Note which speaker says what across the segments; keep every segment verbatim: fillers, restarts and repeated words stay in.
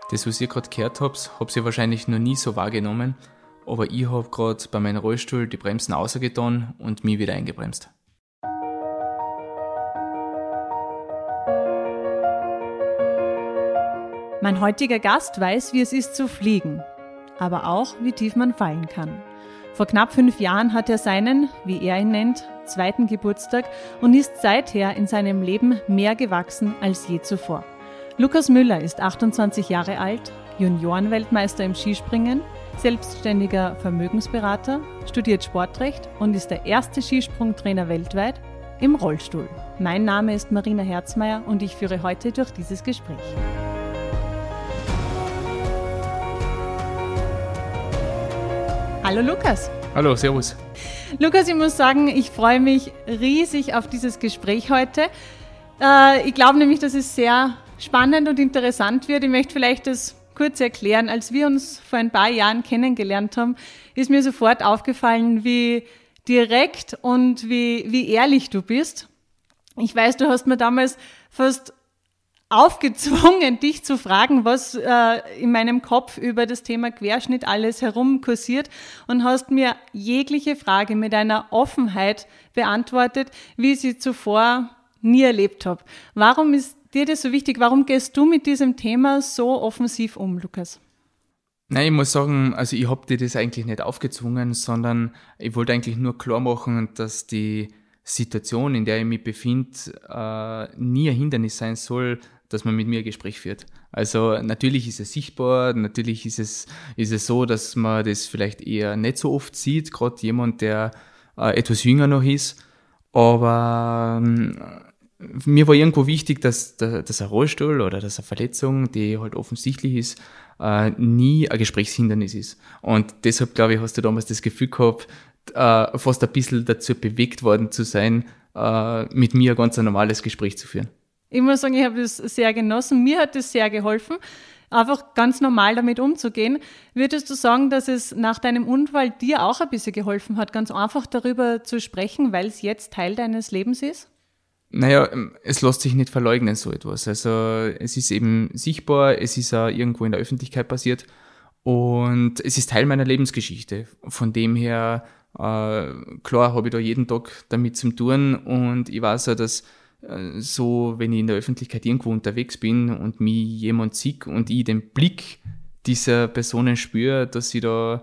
Speaker 1: Das, was ihr gerade gehört habt, habt ihr wahrscheinlich noch nie so wahrgenommen, aber ich habe gerade bei meinem Rollstuhl die Bremsen rausgetan und mich wieder eingebremst.
Speaker 2: Mein heutiger Gast weiß, wie es ist zu fliegen, aber auch, wie tief man fallen kann. Vor knapp fünf Jahren hat er seinen, wie er ihn nennt, zweiten Geburtstag und ist seither in seinem Leben mehr gewachsen als je zuvor. Lukas Müller ist achtundzwanzig Jahre alt, Juniorenweltmeister im Skispringen, selbstständiger Vermögensberater, studiert Sportrecht und ist der erste Skisprungtrainer weltweit im Rollstuhl. Mein Name ist Marina Herzmeier und ich führe heute durch dieses Gespräch. Hallo Lukas.
Speaker 1: Hallo, servus.
Speaker 2: Lukas, ich muss sagen, ich freue mich riesig auf dieses Gespräch heute. Äh, ich glaube nämlich, dass es sehr spannend und interessant wird. Ich möchte vielleicht das kurz erklären. Als wir uns vor ein paar Jahren kennengelernt haben, ist mir sofort aufgefallen, wie direkt und wie, wie ehrlich du bist. Ich weiß, du hast mir damals fast aufgezwungen, dich zu fragen, was äh, in meinem Kopf über das Thema Querschnitt alles herumkursiert und hast mir jegliche Frage mit einer Offenheit beantwortet, wie ich sie zuvor nie erlebt habe. Warum ist dir das so wichtig? Warum gehst du mit diesem Thema so offensiv um, Lukas?
Speaker 1: Nein, ich muss sagen, also ich habe dir das eigentlich nicht aufgezwungen, sondern ich wollte eigentlich nur klar machen, dass die Situation, in der ich mich befinde, äh, nie ein Hindernis sein soll, dass man mit mir ein Gespräch führt. Also natürlich ist es sichtbar, natürlich ist es, ist es so, dass man das vielleicht eher nicht so oft sieht, gerade jemand, der äh, etwas jünger noch ist, aber ähm, mir war irgendwo wichtig, dass, dass ein Rollstuhl oder dass eine Verletzung, die halt offensichtlich ist, äh, nie ein Gesprächshindernis ist. Und deshalb, glaube ich, hast du damals das Gefühl gehabt, äh, fast ein bisschen dazu bewegt worden zu sein, äh, mit mir ein ganz normales Gespräch zu führen.
Speaker 2: Ich muss sagen, ich habe das sehr genossen. Mir hat das sehr geholfen, einfach ganz normal damit umzugehen. Würdest du sagen, dass es nach deinem Unfall dir auch ein bisschen geholfen hat, ganz einfach darüber zu sprechen, weil es jetzt Teil deines Lebens ist?
Speaker 1: Naja, es lässt sich nicht verleugnen, so etwas. Also es ist eben sichtbar, es ist auch irgendwo in der Öffentlichkeit passiert und es ist Teil meiner Lebensgeschichte. Von dem her, äh, klar habe ich da jeden Tag damit zu tun und ich weiß auch, dass äh, so, wenn ich in der Öffentlichkeit irgendwo unterwegs bin und mich jemand sieht und ich den Blick dieser Personen spüre, dass sie da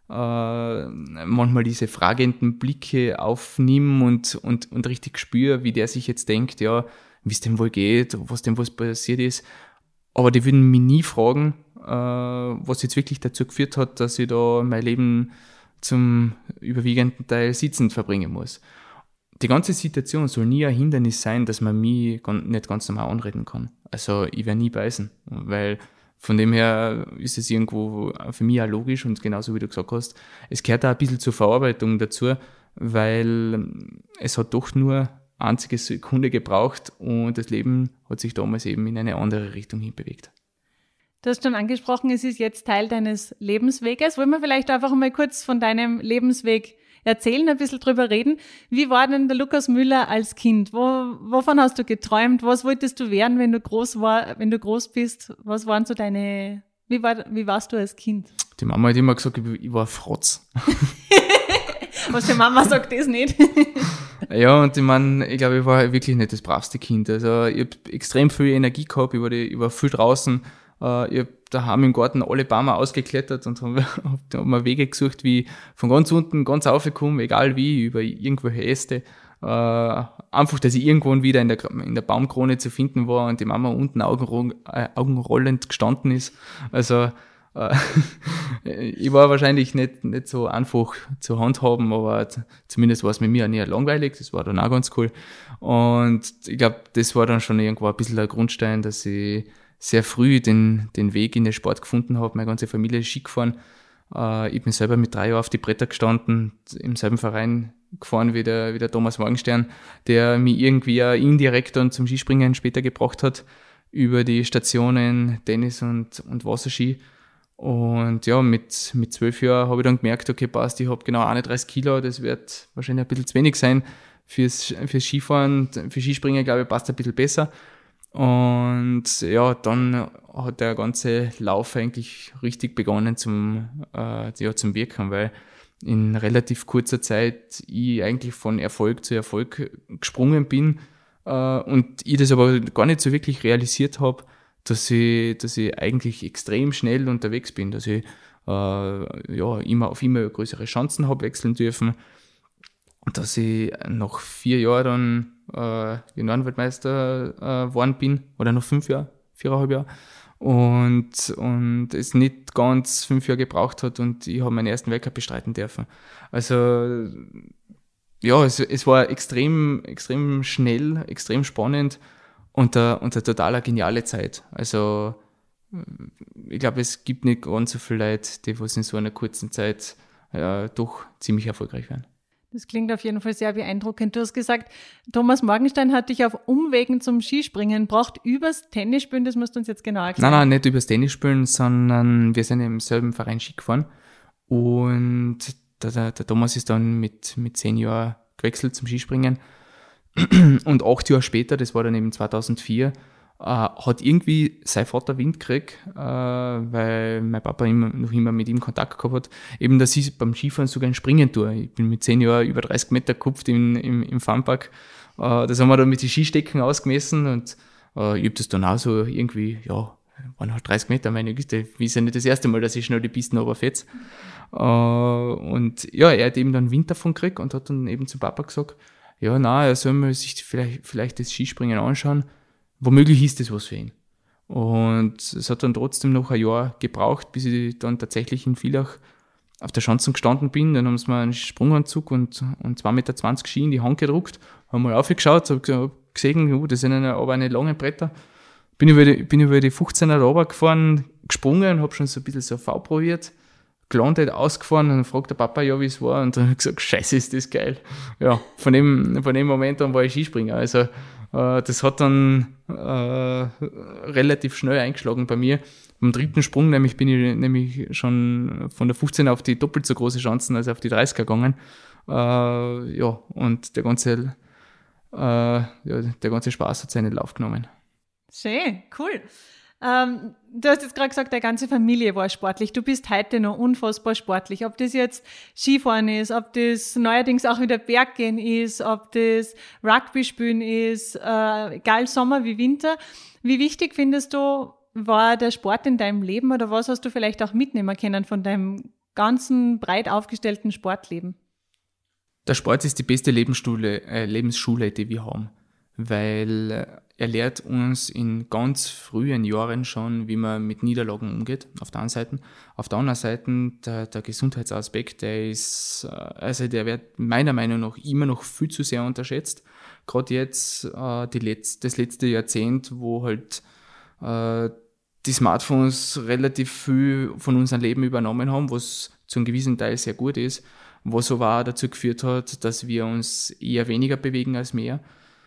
Speaker 1: äh, manchmal diese fragenden Blicke aufnehme und, und, und richtig spüre, wie der sich jetzt denkt, ja, wie es dem wohl geht, was dem was passiert ist. Aber die würden mich nie fragen, äh, was jetzt wirklich dazu geführt hat, dass ich da mein Leben zum überwiegenden Teil sitzend verbringen muss. Die ganze Situation soll nie ein Hindernis sein, dass man mich nicht ganz normal anreden kann. Also ich werde nie beißen, weil von dem her ist es irgendwo für mich auch logisch und genauso wie du gesagt hast, es gehört auch ein bisschen zur Verarbeitung dazu, weil es hat doch nur eine einzige Sekunde gebraucht und das Leben hat sich damals eben in eine andere Richtung hinbewegt.
Speaker 2: Du hast schon angesprochen, es ist jetzt Teil deines Lebensweges. Wollen wir vielleicht einfach mal kurz von deinem Lebensweg erzählen, ein bisschen drüber reden. Wie war denn der Lukas Müller als Kind? Wo, wovon hast du geträumt? Was wolltest du werden, wenn du groß war, wenn du groß bist? Was waren so deine, wie war, wie warst du als Kind?
Speaker 1: Die Mama hat immer gesagt, ich war ein Frotz.
Speaker 2: Was die Mama sagt, das nicht.
Speaker 1: Ja, und ich meine, ich glaube, ich war wirklich nicht das bravste Kind. Also ich habe extrem viel Energie gehabt, ich war, die, ich war viel draußen. Ich habe daheim im Garten alle Bäume ausgeklettert und habe hab mir Wege gesucht, wie ich von ganz unten ganz raufkomme, egal wie, über irgendwelche Äste. Äh, einfach, dass ich irgendwann wieder in der, in der Baumkrone zu finden war und die Mama unten augenro- äh, augenrollend gestanden ist. Also äh, ich war wahrscheinlich nicht, nicht so einfach zu handhaben, aber t- zumindest war es mit mir auch nie langweilig, das war dann auch ganz cool. Und ich glaube, das war dann schon irgendwo ein bisschen der Grundstein, dass ich sehr früh den, den Weg in den Sport gefunden habe. Meine ganze Familie ist Ski gefahren. Äh, ich bin selber mit drei Jahren auf die Bretter gestanden, im selben Verein gefahren wie der, wie der Thomas Morgenstern, der mich irgendwie auch indirekt dann zum Skispringen später gebracht hat, über die Stationen Tennis und, und Wasserski. Und ja, mit, mit zwölf Jahren habe ich dann gemerkt, okay, passt, ich habe genau einunddreißig Kilo, das wird wahrscheinlich ein bisschen zu wenig sein fürs, fürs Skifahren. Für Skispringen, glaube ich, passt ein bisschen besser. Und ja, dann hat der ganze Lauf eigentlich richtig begonnen zum, äh, ja, zum Wirken, weil in relativ kurzer Zeit ich eigentlich von Erfolg zu Erfolg gesprungen bin äh, und ich das aber gar nicht so wirklich realisiert habe, dass ich, dass ich eigentlich extrem schnell unterwegs bin, dass ich äh, ja, immer auf immer größere Chancen habe wechseln dürfen, dass ich nach vier Jahren dann äh, Juniorenweltmeister äh, geworden bin, oder noch fünf Jahre, viereinhalb Jahre, und, und es nicht ganz fünf Jahre gebraucht hat und ich habe meinen ersten Weltcup bestreiten dürfen. Also ja, es, es war extrem, extrem schnell, extrem spannend und eine, und eine total geniale Zeit. Also ich glaube, es gibt nicht ganz so viele Leute, die was in so einer kurzen Zeit ja, doch ziemlich erfolgreich werden.
Speaker 2: Das klingt auf jeden Fall sehr beeindruckend. Du hast gesagt, Thomas Morgenstern hat dich auf Umwegen zum Skispringen gebracht, übers Tennisspielen, das musst du uns jetzt genau erklären.
Speaker 1: Nein, nein, nicht übers Tennisspielen, sondern wir sind im selben Verein Ski gefahren und der, der, der Thomas ist dann mit, mit zehn Jahren gewechselt zum Skispringen und acht Jahre später, das war dann eben zweitausendvier, äh, hat irgendwie sein Vater Wind gekriegt, äh, weil mein Papa immer, noch immer mit ihm Kontakt gehabt hat, eben, dass ich beim Skifahren sogar ein Springen tue. Ich bin mit zehn Jahren über dreißig Meter gekupft im, im, im Funpark. Äh, das haben wir dann mit den Skistecken ausgemessen und äh, ich habe das dann auch so irgendwie, ja, waren halt dreißig Meter, meine Güte, wie ist ja nicht das erste Mal, dass ich schnell die Pisten runterfetze. Äh, und ja, er hat eben dann Wind davon gekriegt und hat dann eben zu Papa gesagt, ja, na, er soll mal sich vielleicht, vielleicht das Skispringen anschauen. Womöglich ist das was für ihn. Und es hat dann trotzdem noch ein Jahr gebraucht, bis ich dann tatsächlich in Villach auf der Schanze gestanden bin. Dann haben sie mir einen Sprunganzug und, und zwei Meter zwanzig Ski in die Hand gedruckt, haben mal aufgeschaut, habe gesehen, oh, das sind eine, aber eine lange Bretter. Bin über die, bin über die fünfzehner runter gefahren, gesprungen, habe schon so ein bisschen so V probiert, gelandet, ausgefahren und dann fragt der Papa, ja, wie es war. Und dann habe ich gesagt, scheiße, ist das geil. Ja, von dem, von dem Moment an war ich Skispringer. Also äh, das hat dann äh, relativ schnell eingeschlagen bei mir. Beim dritten Sprung nämlich bin ich nämlich schon von der fünfzehner auf die doppelt so große Chancen, also auf die dreißiger gegangen. Äh, ja, und der ganze, äh, ja, der ganze Spaß hat seinen Lauf genommen.
Speaker 2: Schön, cool. Ähm, du hast jetzt gerade gesagt, deine ganze Familie war sportlich. Du bist heute noch unfassbar sportlich. Ob das jetzt Skifahren ist, ob das neuerdings auch wieder Berggehen ist, ob das Rugby spielen ist, äh, egal Sommer wie Winter. Wie wichtig findest du, war der Sport in deinem Leben oder was hast du vielleicht auch mitnehmen können von deinem ganzen breit aufgestellten Sportleben?
Speaker 1: Der Sport ist die beste Lebensschule, äh, Lebensschule, die wir haben, weil äh, er lehrt uns in ganz frühen Jahren schon, wie man mit Niederlagen umgeht, auf der einen Seite. Auf der anderen Seite, der, der Gesundheitsaspekt, der ist, also der wird meiner Meinung nach immer noch viel zu sehr unterschätzt. Gerade jetzt, äh, die Letz-, das letzte Jahrzehnt, wo halt äh, die Smartphones relativ viel von unserem Leben übernommen haben, was zu einem gewissen Teil sehr gut ist, was aber auch dazu geführt hat, dass wir uns eher weniger bewegen als mehr.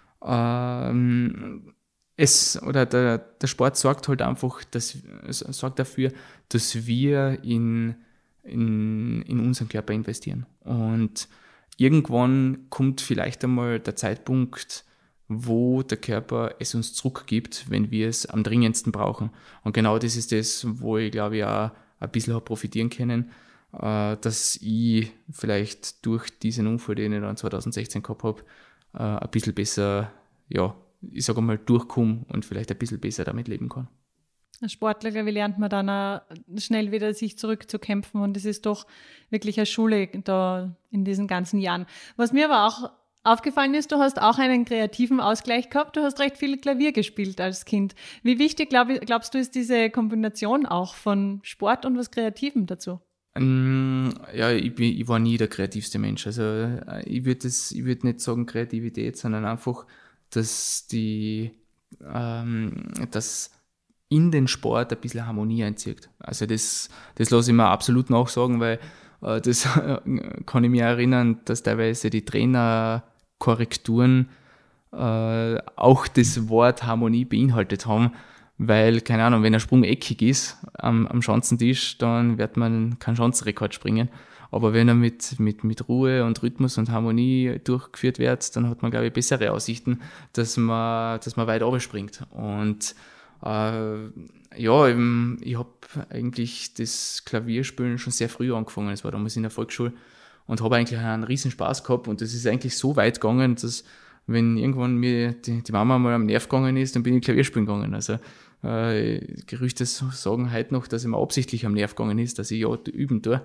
Speaker 1: Ähm, es, oder der, der Sport sorgt halt einfach, dass, sorgt dafür, dass wir in, in, in unseren Körper investieren. Und irgendwann kommt vielleicht einmal der Zeitpunkt, wo der Körper es uns zurückgibt, wenn wir es am dringendsten brauchen. Und genau das ist das, wo ich glaube ich auch ein bisschen habe profitieren können, äh, dass ich vielleicht durch diesen Unfall, den ich dann zweitausendsechzehn gehabt habe, Uh, ein bisschen besser, ja, ich sage mal, durchkomme und vielleicht ein bisschen besser damit leben kann.
Speaker 2: Als Sportler, wie lernt man dann auch schnell wieder sich zurückzukämpfen und es ist doch wirklich eine Schule da in diesen ganzen Jahren. Was mir aber auch aufgefallen ist, du hast auch einen kreativen Ausgleich gehabt, du hast recht viel Klavier gespielt als Kind. Wie wichtig, glaub, glaubst du, ist diese Kombination auch von Sport und was Kreativem dazu?
Speaker 1: Ja, ich, bin, ich war nie der kreativste Mensch. Also ich würde ich würd nicht sagen Kreativität, sondern einfach, dass die, ähm, dass in den Sport ein bisschen Harmonie einzieht. Also das, das lasse ich mir absolut nachsagen, weil äh, das kann ich mich erinnern, dass teilweise die Trainerkorrekturen äh, auch das Wort Harmonie beinhaltet haben. Weil, keine Ahnung, wenn ein Sprung eckig ist am, am Schanzentisch, dann wird man keinen Schanzenrekord springen. Aber wenn er mit, mit, mit Ruhe und Rhythmus und Harmonie durchgeführt wird, dann hat man, glaube ich, bessere Aussichten, dass man, dass man weit runterspringt. Und äh, ja, eben, ich habe eigentlich das Klavierspielen schon sehr früh angefangen. Das war damals in der Volksschule und habe eigentlich einen riesen Spaß gehabt. Und das ist eigentlich so weit gegangen, dass wenn irgendwann mir die, die Mama mal am Nerv gegangen ist, dann bin ich Klavier spielen gegangen. Also äh, Gerüchte sagen heute noch, dass ich mir absichtlich am Nerv gegangen ist, dass ich ja üben tue.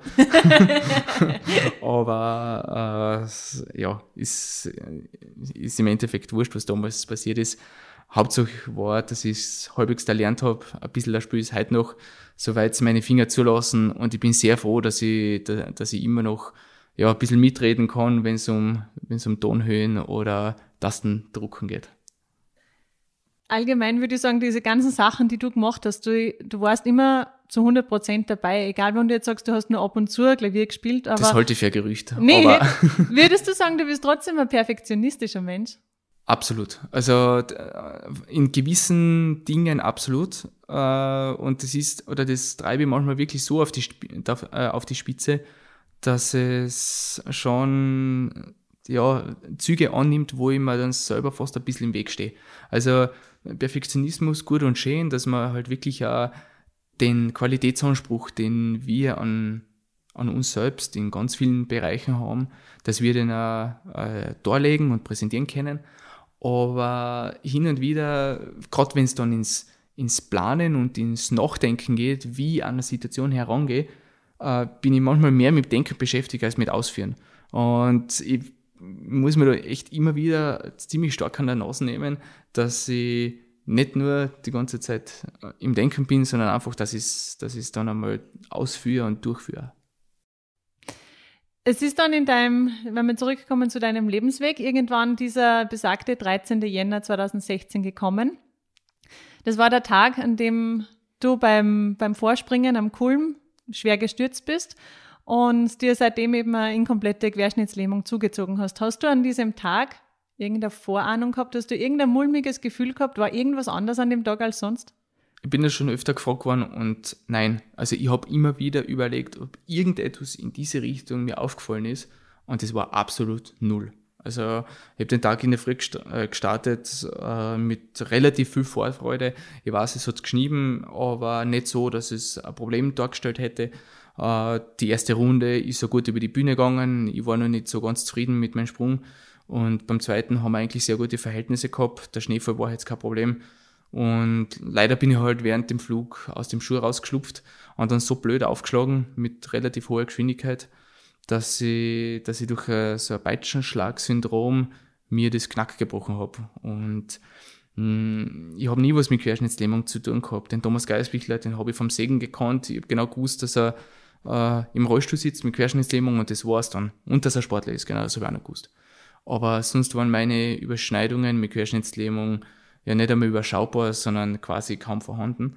Speaker 1: Aber äh, ja, ist, ist im Endeffekt wurscht, was damals passiert ist. Hauptsache war, dass ich es halbwegs erlernt habe. Ein bisschen das Spiel ist heute noch, soweit es meine Finger zulassen. Und ich bin sehr froh, dass ich, dass ich immer noch ja, ein bisschen mitreden kann, wenn es um, wenn es um Tonhöhen oder Tastendrucken geht.
Speaker 2: Allgemein würde ich sagen, diese ganzen Sachen, die du gemacht hast, du, du warst immer zu hundert Prozent dabei. Egal, wenn du jetzt sagst, du hast nur ab und zu Klavier gespielt. Aber
Speaker 1: das halte ich für ein Gerücht.
Speaker 2: Nee,
Speaker 1: aber
Speaker 2: würdest du sagen, du bist trotzdem ein perfektionistischer Mensch?
Speaker 1: Absolut. Also in gewissen Dingen absolut. Und das ist, oder das treibe ich manchmal wirklich so auf die, auf die Spitze, dass es schon ja, Züge annimmt, wo ich mir dann selber fast ein bisschen im Weg stehe. Also Perfektionismus gut und schön, dass man halt wirklich auch den Qualitätsanspruch, den wir an, an uns selbst in ganz vielen Bereichen haben, dass wir den auch äh, darlegen und präsentieren können. Aber hin und wieder, gerade wenn es dann ins, ins Planen und ins Nachdenken geht, wie ich an eine Situation herangehe, äh, bin ich manchmal mehr mit Denken beschäftigt als mit Ausführen. Und ich muss mir da echt immer wieder ziemlich stark an der Nase nehmen, dass ich nicht nur die ganze Zeit im Denken bin, sondern einfach, dass ich es dass ich es dann einmal ausführe und durchführe.
Speaker 2: Es ist dann in deinem, wenn wir zurückkommen zu deinem Lebensweg, irgendwann dieser besagte dreizehnten Jänner zweitausendsechzehn gekommen. Das war der Tag, an dem du beim, beim Vorspringen am Kulm schwer gestürzt bist und dir seitdem eben eine inkomplette Querschnittslähmung zugezogen hast. Hast du an diesem Tag irgendeine Vorahnung gehabt? Hast du irgendein mulmiges Gefühl gehabt? War irgendwas anders an dem Tag als sonst?
Speaker 1: Ich bin das schon öfter gefragt worden und nein, also ich habe immer wieder überlegt, ob irgendetwas in diese Richtung mir aufgefallen ist und das war absolut null. Also ich habe den Tag in der Früh gestartet äh, mit relativ viel Vorfreude. Ich weiß, es hat geschnieben, aber nicht so, dass es ein Problem dargestellt hätte. Äh, die erste Runde ist so gut über die Bühne gegangen. Ich war noch nicht so ganz zufrieden mit meinem Sprung. Und beim zweiten haben wir eigentlich sehr gute Verhältnisse gehabt. Der Schneefall war jetzt kein Problem. Und leider bin ich halt während dem Flug aus dem Schuh rausgeschlupft und dann so blöd aufgeschlagen mit relativ hoher Geschwindigkeit, dass ich, dass ich durch uh, so ein Peitschenschlag-Syndrom mir das Knack gebrochen habe. Und mh, ich habe nie was mit Querschnittslähmung zu tun gehabt. Den Thomas Geisbichler, den habe ich vom Sägen gekannt. Ich habe genau gewusst, dass er uh, im Rollstuhl sitzt mit Querschnittslähmung und das war's dann. Und dass er Sportler ist, genau, das habe ich auch noch gewusst. Aber sonst waren meine Überschneidungen mit Querschnittslähmung ja nicht einmal überschaubar, sondern quasi kaum vorhanden.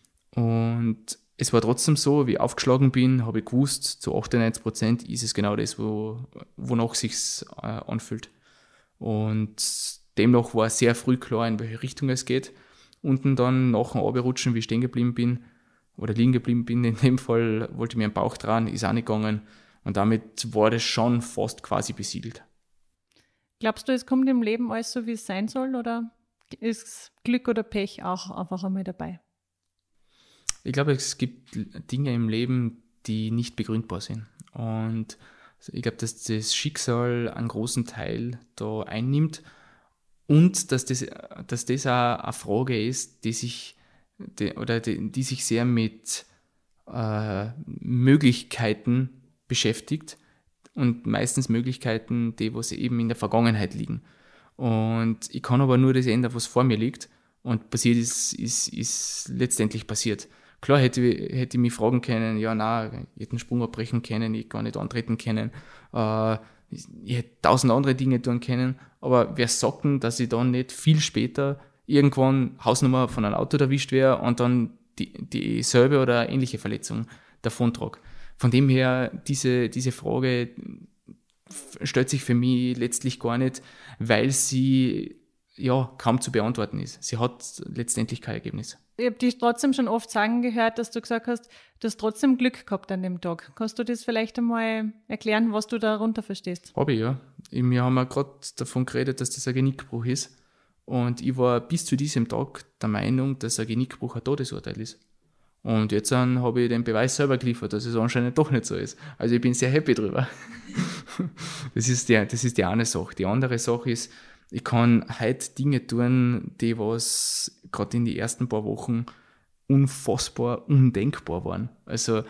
Speaker 1: Und es war trotzdem so, wie ich aufgeschlagen bin, habe ich gewusst, zu achtundneunzig Prozent ist es genau das, wo, wonach es sich äh, anfühlt. Und demnach war sehr früh klar, in welche Richtung es geht. Unten dann nach dem Runterrutschen, wie ich stehen geblieben bin, oder liegen geblieben bin, in dem Fall wollte ich mir am Bauch dran, ist auch nicht gegangen. Und damit war das schon fast quasi besiegelt.
Speaker 2: Glaubst du, es kommt im Leben alles so, wie es sein soll, oder ist Glück oder Pech auch einfach einmal dabei?
Speaker 1: Ich glaube, es gibt Dinge im Leben, die nicht begründbar sind. Und ich glaube, dass das Schicksal einen großen Teil da einnimmt und dass das, dass das auch eine Frage ist, die sich, die, oder die, die sich sehr mit äh, Möglichkeiten beschäftigt und meistens Möglichkeiten, die was eben in der Vergangenheit liegen. Und ich kann aber nur das ändern, was vor mir liegt. Und passiert ist, ist, ist letztendlich passiert. Klar hätte, hätte ich mich fragen können, ja, nein, ich hätte einen Sprung abbrechen können, ich gar nicht antreten können. Äh, ich, ich hätte tausend andere Dinge tun können. Aber wer sagt denn, dass ich dann nicht viel später irgendwann Hausnummer von einem Auto erwischt wäre und dann die, dieselbe oder ähnliche Verletzung davontrage? Von dem her, diese, diese Frage stellt sich für mich letztlich gar nicht, weil sie ja kaum zu beantworten ist. Sie hat letztendlich kein Ergebnis.
Speaker 2: Ich habe dich trotzdem schon oft sagen gehört, dass du gesagt hast, du hast trotzdem Glück gehabt an dem Tag. Kannst du das vielleicht einmal erklären, was du darunter verstehst?
Speaker 1: Habe ich, ja. Wir haben ja gerade davon geredet, dass das ein Genickbruch ist. Und ich war bis zu diesem Tag der Meinung, dass ein Genickbruch ein Todesurteil ist. Und jetzt habe ich den Beweis selber geliefert, dass es anscheinend doch nicht so ist. Also ich bin sehr happy drüber. Das ist die, das ist die eine Sache. Die andere Sache ist, ich kann heute Dinge tun, die was gerade in den ersten paar Wochen unfassbar, undenkbar waren. Also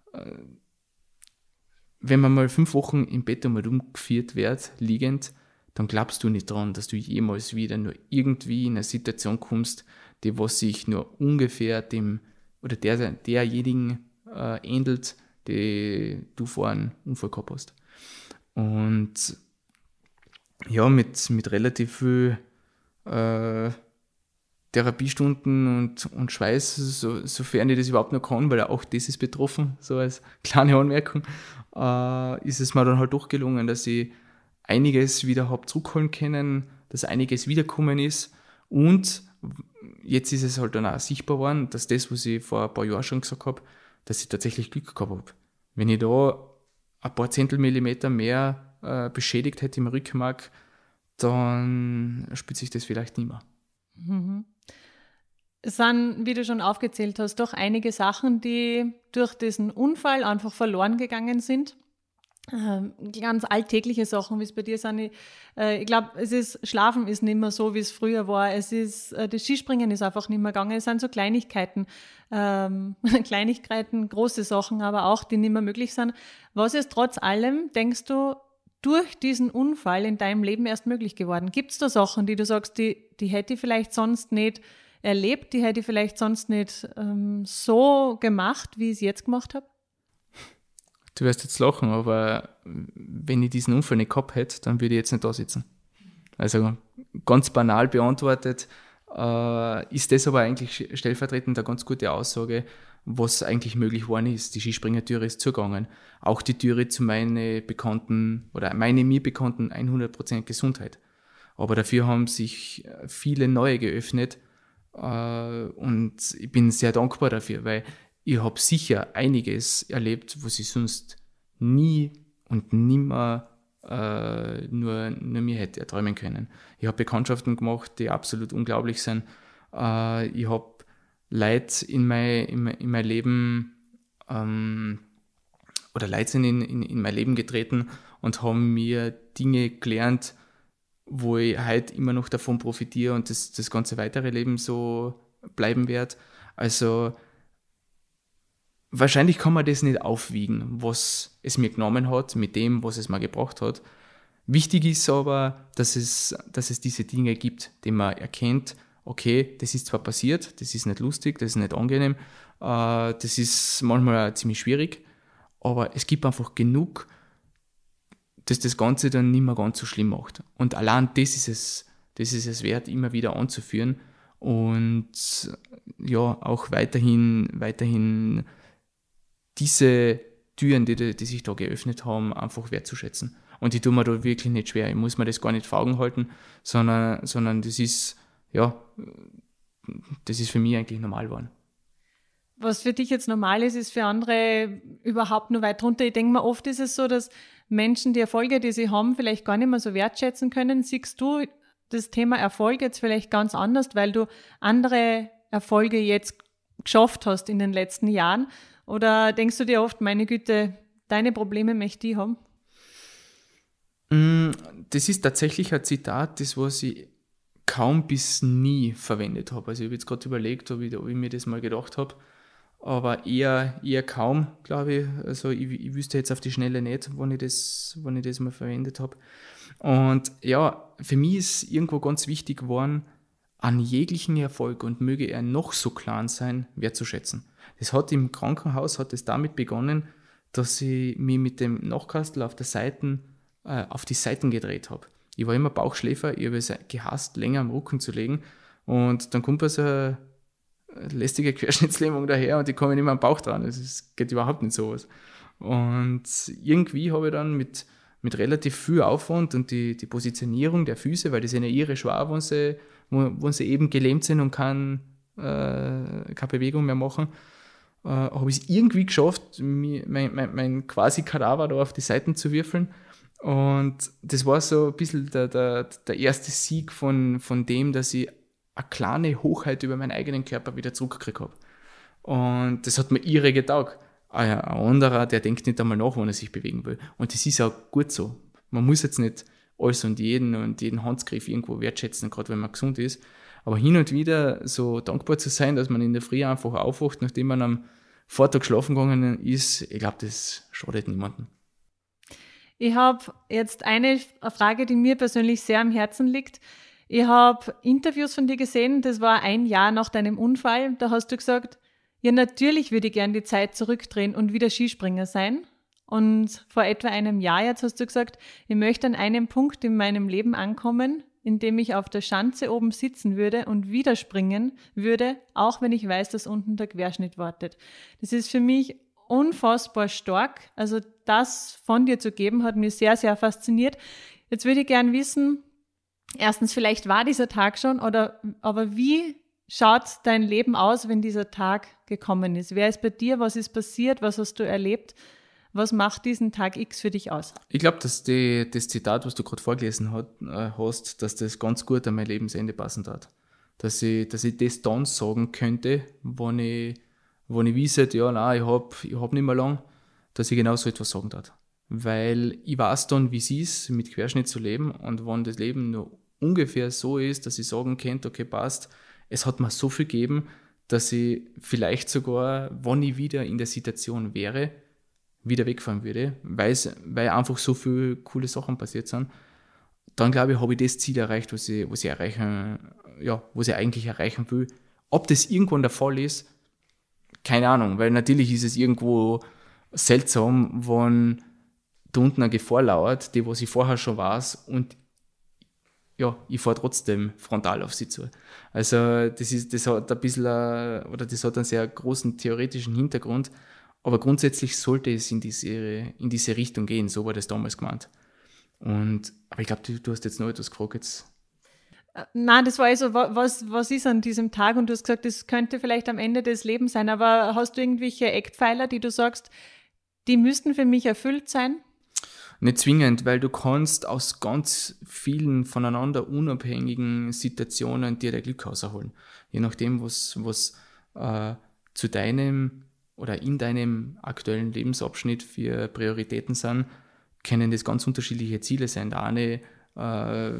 Speaker 1: wenn man mal fünf Wochen im Bett einmal umgeführt wird, liegend, dann glaubst du nicht dran, dass du jemals wieder nur irgendwie in eine Situation kommst, die was sich nur ungefähr dem oder der, derjenigen äh, ähnelt, die du vor einem Unfall gehabt hast. Und ja, mit, mit relativ viel äh, Therapiestunden und, und Schweiß, so, sofern ich das überhaupt noch kann, weil auch das ist betroffen, so als kleine Anmerkung, äh, ist es mir dann halt doch gelungen, dass ich einiges wieder habe zurückholen können, dass einiges wiederkommen ist und jetzt ist es halt dann auch sichtbar geworden, dass das, was ich vor ein paar Jahren schon gesagt habe, dass ich tatsächlich Glück gehabt habe. Wenn ich da ein paar Zehntelmillimeter mehr äh, beschädigt hätte im Rückenmark, dann spürt sich das vielleicht nicht mehr.
Speaker 2: Mhm. Es sind, wie du schon aufgezählt hast, doch einige Sachen, die durch diesen Unfall einfach verloren gegangen sind. Ähm, ganz alltägliche Sachen, wie es bei dir sind. Ich, äh, ich glaube, es ist, Schlafen ist nicht mehr so, wie es früher war. Es ist, äh, das Skispringen ist einfach nicht mehr gegangen. Es sind so Kleinigkeiten, ähm, Kleinigkeiten, große Sachen, aber auch, die nicht mehr möglich sind. Was ist trotz allem, denkst du, durch diesen Unfall in deinem Leben erst möglich geworden? Gibt es da Sachen, die du sagst, die, die hätte ich vielleicht sonst nicht erlebt, die hätte ich vielleicht sonst nicht ähm, so gemacht, wie ich es jetzt gemacht habe?
Speaker 1: Du wirst jetzt lachen, aber wenn ich diesen Unfall nicht gehabt hätte, dann würde ich jetzt nicht da sitzen. Also ganz banal beantwortet, äh, ist das aber eigentlich stellvertretend eine ganz gute Aussage, was eigentlich möglich geworden ist. Die Skispringertüre ist zugegangen. Auch die Türe zu meinen bekannten oder meine mir bekannten hundert Prozent Gesundheit. Aber dafür haben sich viele neue geöffnet äh, und ich bin sehr dankbar dafür, weil ich habe sicher einiges erlebt, was ich sonst nie und nimmer äh, nur, nur mir hätte erträumen können. Ich habe Bekanntschaften gemacht, die absolut unglaublich sind. Äh, ich habe Leute in mein, in, in mein Leben ähm, oder Leute sind in, in, in mein Leben getreten und haben mir Dinge gelernt, wo ich heute immer noch davon profitiere und das, das ganze weitere Leben so bleiben wird. Also wahrscheinlich kann man das nicht aufwiegen, was es mir genommen hat, mit dem, was es mir gebracht hat. Wichtig ist aber, dass es, dass es diese Dinge gibt, die man erkennt, okay, das ist zwar passiert, das ist nicht lustig, das ist nicht angenehm, äh, das ist manchmal auch ziemlich schwierig, aber es gibt einfach genug, dass das Ganze dann nicht mehr ganz so schlimm macht. Und allein das ist es, das ist es wert, immer wieder anzuführen und ja, auch weiterhin, weiterhin diese Türen, die, die sich da geöffnet haben, einfach wertzuschätzen. Und ich tue mir da wirklich nicht schwer. Ich muss mir das gar nicht vor Augen halten, sondern, sondern das ist, ja, das ist für mich eigentlich normal geworden.
Speaker 2: Was für dich jetzt normal ist, ist für andere überhaupt nur weit drunter. Ich denke mal, oft ist es so, dass Menschen die Erfolge, die sie haben, vielleicht gar nicht mehr so wertschätzen können. Siehst du das Thema Erfolg jetzt vielleicht ganz anders, weil du andere Erfolge jetzt geschafft hast in den letzten Jahren? Oder denkst du dir oft, meine Güte, deine Probleme möchte ich haben?
Speaker 1: Das ist tatsächlich ein Zitat, das was ich kaum bis nie verwendet habe. Also ich habe jetzt gerade überlegt, ob ich, ob ich mir das mal gedacht habe, aber eher, eher kaum, glaube ich. Also ich, ich wüsste jetzt auf die Schnelle nicht, wann ich das, wann ich das mal verwendet habe. Und ja, für mich ist irgendwo ganz wichtig geworden, an jeglichen Erfolg, und möge er noch so klein sein, wertzuschätzen. Das hat im Krankenhaus, hat es damit begonnen, dass ich mich mit dem Nachkastel auf der Seiten, äh, auf die Seiten gedreht habe. Ich war immer Bauchschläfer, ich habe es gehasst, länger am Rücken zu legen, und dann kommt so eine lästige Querschnittslähmung daher und ich komme nicht mehr am Bauch dran. Also es geht überhaupt nicht sowas. Und irgendwie habe ich dann mit, mit relativ viel Aufwand und die, die Positionierung der Füße, weil die sind ja ihre schwer, wenn sie, wo, wo sie eben gelähmt sind und kein, äh, keine Bewegung mehr machen, äh, habe ich es irgendwie geschafft, mir, mein, mein, mein quasi Kadaver da auf die Seiten zu würfeln. Und das war so ein bisschen der, der, der erste Sieg von, von dem, dass ich eine kleine Hochheit über meinen eigenen Körper wieder zurückgekriegt habe. Und das hat mir irre getaugt. Ah ja, ein anderer, der denkt nicht einmal nach, wenn er sich bewegen will. Und das ist auch gut so. Man muss jetzt nicht alles und jeden und jeden Handgriff irgendwo wertschätzen, gerade wenn man gesund ist. Aber hin und wieder so dankbar zu sein, dass man in der Früh einfach aufwacht, nachdem man am Vortag schlafen gegangen ist, ich glaube, das schadet niemandem.
Speaker 2: Ich habe jetzt eine Frage, die mir persönlich sehr am Herzen liegt. Ich habe Interviews von dir gesehen, das war ein Jahr nach deinem Unfall. Da hast du gesagt, ja, natürlich würde ich gern die Zeit zurückdrehen und wieder Skispringer sein. Und vor etwa einem Jahr jetzt hast du gesagt, ich möchte an einem Punkt in meinem Leben ankommen, in dem ich auf der Schanze oben sitzen würde und wieder springen würde, auch wenn ich weiß, dass unten der Querschnitt wartet. Das ist für mich unfassbar stark. Also das von dir zu geben, hat mich sehr, sehr fasziniert. Jetzt würde ich gern wissen, erstens, vielleicht war dieser Tag schon, oder aber wie schaut dein Leben aus, wenn dieser Tag gekommen ist? Wer ist bei dir? Was ist passiert? Was hast du erlebt? Was macht diesen Tag X für dich aus?
Speaker 1: Ich glaube, dass die, das Zitat, was du gerade vorgelesen hat, äh, hast, dass das ganz gut an mein Lebensende passen hat. Dass ich, dass ich das dann sagen könnte, wenn ich, wenn ich wisse, ja, nein, ich habe ich hab nicht mehr lang, dass ich genau so etwas sagen darf. Weil ich weiß dann, wie es ist, mit Querschnitt zu leben, und wenn das Leben nur ungefähr so ist, dass ich sagen könnte, okay, passt, es hat mir so viel gegeben, dass ich vielleicht sogar, wenn ich wieder in der Situation wäre, wieder wegfahren würde, weil einfach so viele coole Sachen passiert sind. Dann glaube ich, habe ich das Ziel erreicht, was ich, was ich erreichen, ja, was ich eigentlich erreichen will. Ob das irgendwann der Fall ist, keine Ahnung, weil natürlich ist es irgendwo seltsam, wenn da unten eine Gefahr lauert, die, was ich vorher schon weiß, und ja, ich fahre trotzdem frontal auf sie zu. Also das ist, das hat ein bisschen, oder das hat einen sehr großen theoretischen Hintergrund, aber grundsätzlich sollte es in diese, in diese Richtung gehen, so war das damals gemeint. Und, aber ich glaube, du, du hast jetzt noch etwas gefragt jetzt.
Speaker 2: Nein, das war also, was, was ist an diesem Tag? Und du hast gesagt, das könnte vielleicht am Ende des Lebens sein, aber hast du irgendwelche Eckpfeiler, die du sagst, die müssten für mich erfüllt sein?
Speaker 1: Nicht zwingend, weil du kannst aus ganz vielen voneinander unabhängigen Situationen dir dein Glück rausholen. Je nachdem, was, was äh, zu deinem oder in deinem aktuellen Lebensabschnitt für Prioritäten sind, können das ganz unterschiedliche Ziele sein. Der eine, äh,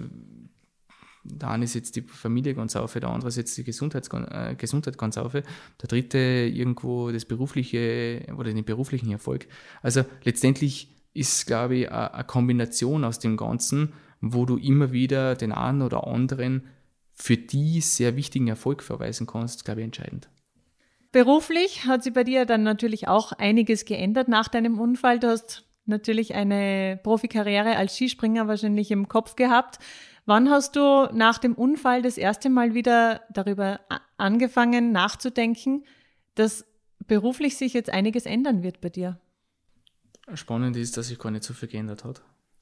Speaker 1: der eine setzt die Familie ganz auf, der andere setzt die Gesundheit, äh, Gesundheit ganz auf, der dritte irgendwo das berufliche oder den beruflichen Erfolg. Also letztendlich ist, glaube ich, eine Kombination aus dem Ganzen, wo du immer wieder den einen oder anderen für die sehr wichtigen Erfolg verweisen kannst, glaube ich, entscheidend.
Speaker 2: Beruflich hat sich bei dir dann natürlich auch einiges geändert nach deinem Unfall. Du hast natürlich eine Profikarriere als Skispringer wahrscheinlich im Kopf gehabt. Wann hast du nach dem Unfall das erste Mal wieder darüber angefangen nachzudenken, dass beruflich sich jetzt einiges ändern wird bei dir?
Speaker 1: Spannend ist, dass sich gar nicht so viel geändert hat.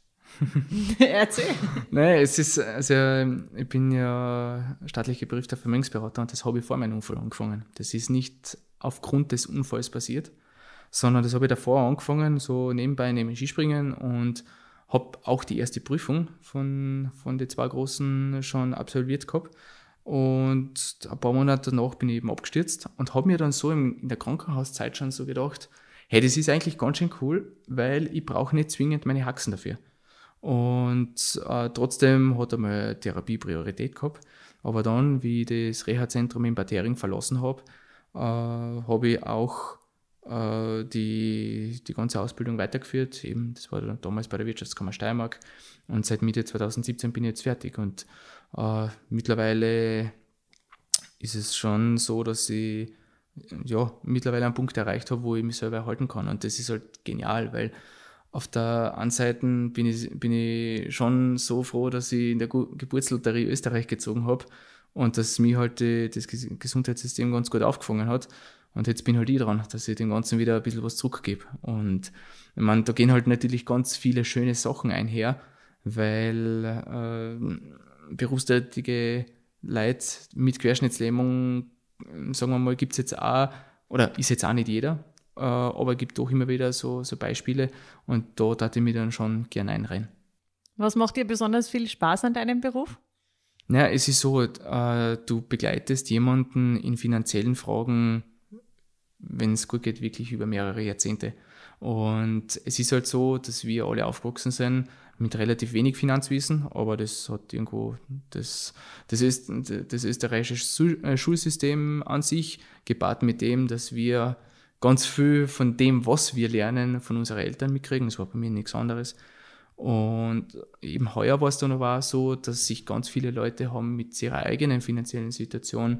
Speaker 2: Erzähl.
Speaker 1: Nein, es ist, also ich bin ja staatlich geprüfter Vermögensberater und das habe ich vor meinem Unfall angefangen. Das ist nicht aufgrund des Unfalls passiert, sondern das habe ich davor angefangen, so nebenbei neben Skispringen, und habe auch die erste Prüfung von, von den zwei Großen schon absolviert gehabt. Und ein paar Monate danach bin ich eben abgestürzt und habe mir dann so in, in der Krankenhauszeit schon so gedacht, hey, das ist eigentlich ganz schön cool, weil ich brauche nicht zwingend meine Haxen dafür. Und äh, trotzdem hat einmal Therapie Priorität gehabt. Aber dann, wie ich das Reha-Zentrum in Bad Hering verlassen habe, äh, habe ich auch äh, die, die ganze Ausbildung weitergeführt. Eben, das war dann damals bei der Wirtschaftskammer Steiermark. Und seit Mitte zwanzig siebzehn bin ich jetzt fertig. Und äh, mittlerweile ist es schon so, dass ich ja, mittlerweile einen Punkt erreicht habe, wo ich mich selber erhalten kann. Und das ist halt genial, weil auf der einen Seite bin ich, bin ich schon so froh, dass ich in der Geburtslotterie Österreich gezogen habe und dass mich halt die, das Gesundheitssystem ganz gut aufgefangen hat. Und jetzt bin halt ich dran, dass ich dem Ganzen wieder ein bisschen was zurückgebe. Und ich meine, da gehen halt natürlich ganz viele schöne Sachen einher, weil äh, berufstätige Leute mit Querschnittslähmung, sagen wir mal, gibt es jetzt auch, oder ist jetzt auch nicht jeder, äh, aber es gibt doch immer wieder so, so Beispiele und da darf ich mich dann schon gern einreihen.
Speaker 2: Was macht dir besonders viel Spaß an deinem Beruf?
Speaker 1: Naja, es ist so, äh, du begleitest jemanden in finanziellen Fragen, wenn es gut geht, wirklich über mehrere Jahrzehnte. Und es ist halt so, dass wir alle aufgewachsen sind mit relativ wenig Finanzwissen, aber das hat irgendwo das, das, ist, das österreichische Schulsystem an sich, gepaart mit dem, dass wir ganz viel von dem, was wir lernen, von unseren Eltern mitkriegen. Das war bei mir nichts anderes. Und eben heuer war es dann aber auch so, dass sich ganz viele Leute haben mit ihrer eigenen finanziellen Situation,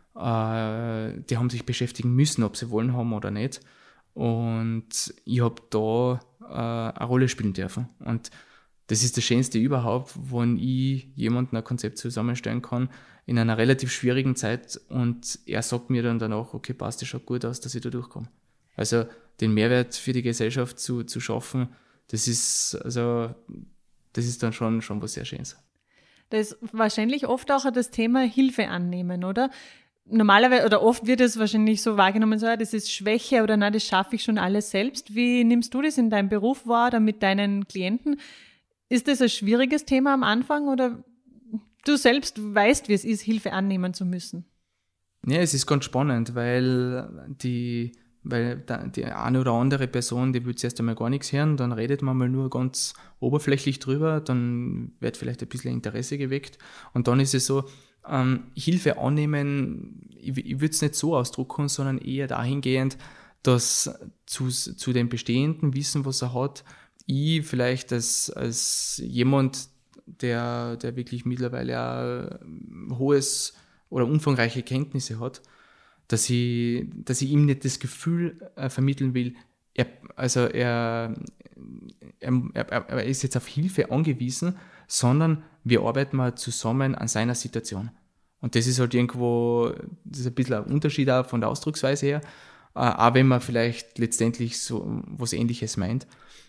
Speaker 1: äh, die haben sich beschäftigen müssen, ob sie wollen haben oder nicht. Und ich habe da äh, eine Rolle spielen dürfen. Und das ist das Schönste überhaupt, wenn ich jemandem ein Konzept zusammenstellen kann in einer relativ schwierigen Zeit und er sagt mir dann danach, okay, passt, das schaut gut aus, dass ich da durchkomme. Also den Mehrwert für die Gesellschaft zu, zu schaffen, das ist, also, das ist dann schon, schon was sehr Schönes.
Speaker 2: Das ist wahrscheinlich oft auch das Thema Hilfe annehmen, oder? Normalerweise oder oft wird es wahrscheinlich so wahrgenommen, so, ja, das ist Schwäche oder na, das schaffe ich schon alles selbst. Wie nimmst du das in deinem Beruf wahr oder mit deinen Klienten? Ist das ein schwieriges Thema am Anfang oder du selbst weißt, wie es ist, Hilfe annehmen zu müssen?
Speaker 1: Ja, es ist ganz spannend, weil die, weil die eine oder andere Person, die will zuerst einmal gar nichts hören, dann redet man mal nur ganz oberflächlich drüber, dann wird vielleicht ein bisschen Interesse geweckt und dann ist es so, ähm, Hilfe annehmen, ich, ich würde es nicht so ausdrücken, sondern eher dahingehend, dass zu, zu dem bestehenden Wissen, was er hat, ich vielleicht als, als jemand, der, der wirklich mittlerweile auch hohes oder umfangreiche Kenntnisse hat, dass ich, dass ich ihm nicht das Gefühl äh, vermitteln will, er, also er, er, er, er ist jetzt auf Hilfe angewiesen, sondern wir arbeiten mal zusammen an seiner Situation. Und das ist halt irgendwo, das ist ein bisschen ein Unterschied auch von der Ausdrucksweise her, äh, auch wenn man vielleicht letztendlich so was Ähnliches meint.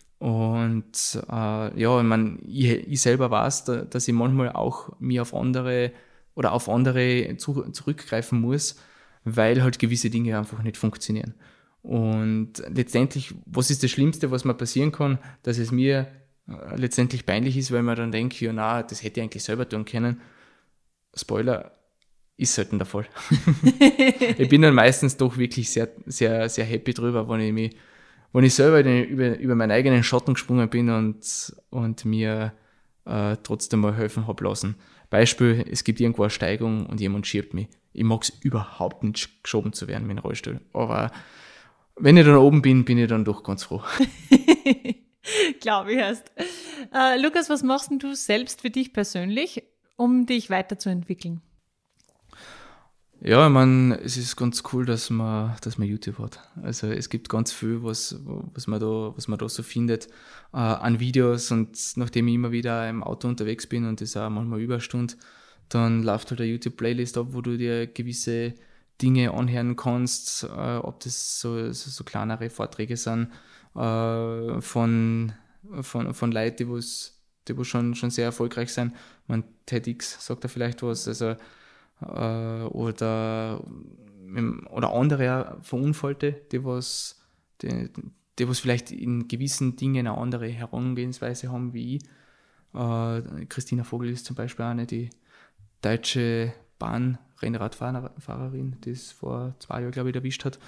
Speaker 1: Und äh, ja, ich, mein, ich, ich selber weiß, da, dass ich manchmal auch mir auf andere oder auf andere zu, zurückgreifen muss, weil halt gewisse Dinge einfach nicht funktionieren. Und letztendlich, was ist das Schlimmste, was mir passieren kann, dass es mir äh, letztendlich peinlich ist, weil man dann denkt, ja na, das hätte ich eigentlich selber tun können. Spoiler, ist selten der Fall. Ich bin dann meistens doch wirklich sehr, sehr, sehr happy drüber, wenn ich mich wenn ich selber über, über meinen eigenen Schatten gesprungen bin und, und mir äh, trotzdem mal helfen habe lassen. Beispiel, es gibt irgendwo eine Steigung und jemand schiebt mich. Ich mag es überhaupt nicht, geschoben zu werden mit dem Rollstuhl. Aber wenn ich dann oben bin, bin ich dann doch ganz froh.
Speaker 2: Glaube ich erst. Äh, Lukas, was machst denn du selbst für dich persönlich, um dich weiterzuentwickeln?
Speaker 1: Ja, ich meine, es ist ganz cool, dass man, dass man YouTube hat. Also es gibt ganz viel, was, was man da, was man da so findet, äh, an Videos, und nachdem ich immer wieder im Auto unterwegs bin und das auch manchmal über eine Stunde, dann läuft halt eine YouTube-Playlist ab, wo du dir gewisse Dinge anhören kannst, äh, ob das so, so, so kleinere Vorträge sind, äh, von, von, von Leuten, die, was, die was schon, schon sehr erfolgreich sind. Man, TEDx sagt da vielleicht was, also oder, oder andere Verunfallte, die was, die, die was vielleicht in gewissen Dingen eine andere Herangehensweise haben wie ich. Äh, Christina Vogel ist zum Beispiel eine, die deutsche Bahn-Rennradfahrerin, die es vor zwei Jahren, glaube ich, erwischt hat.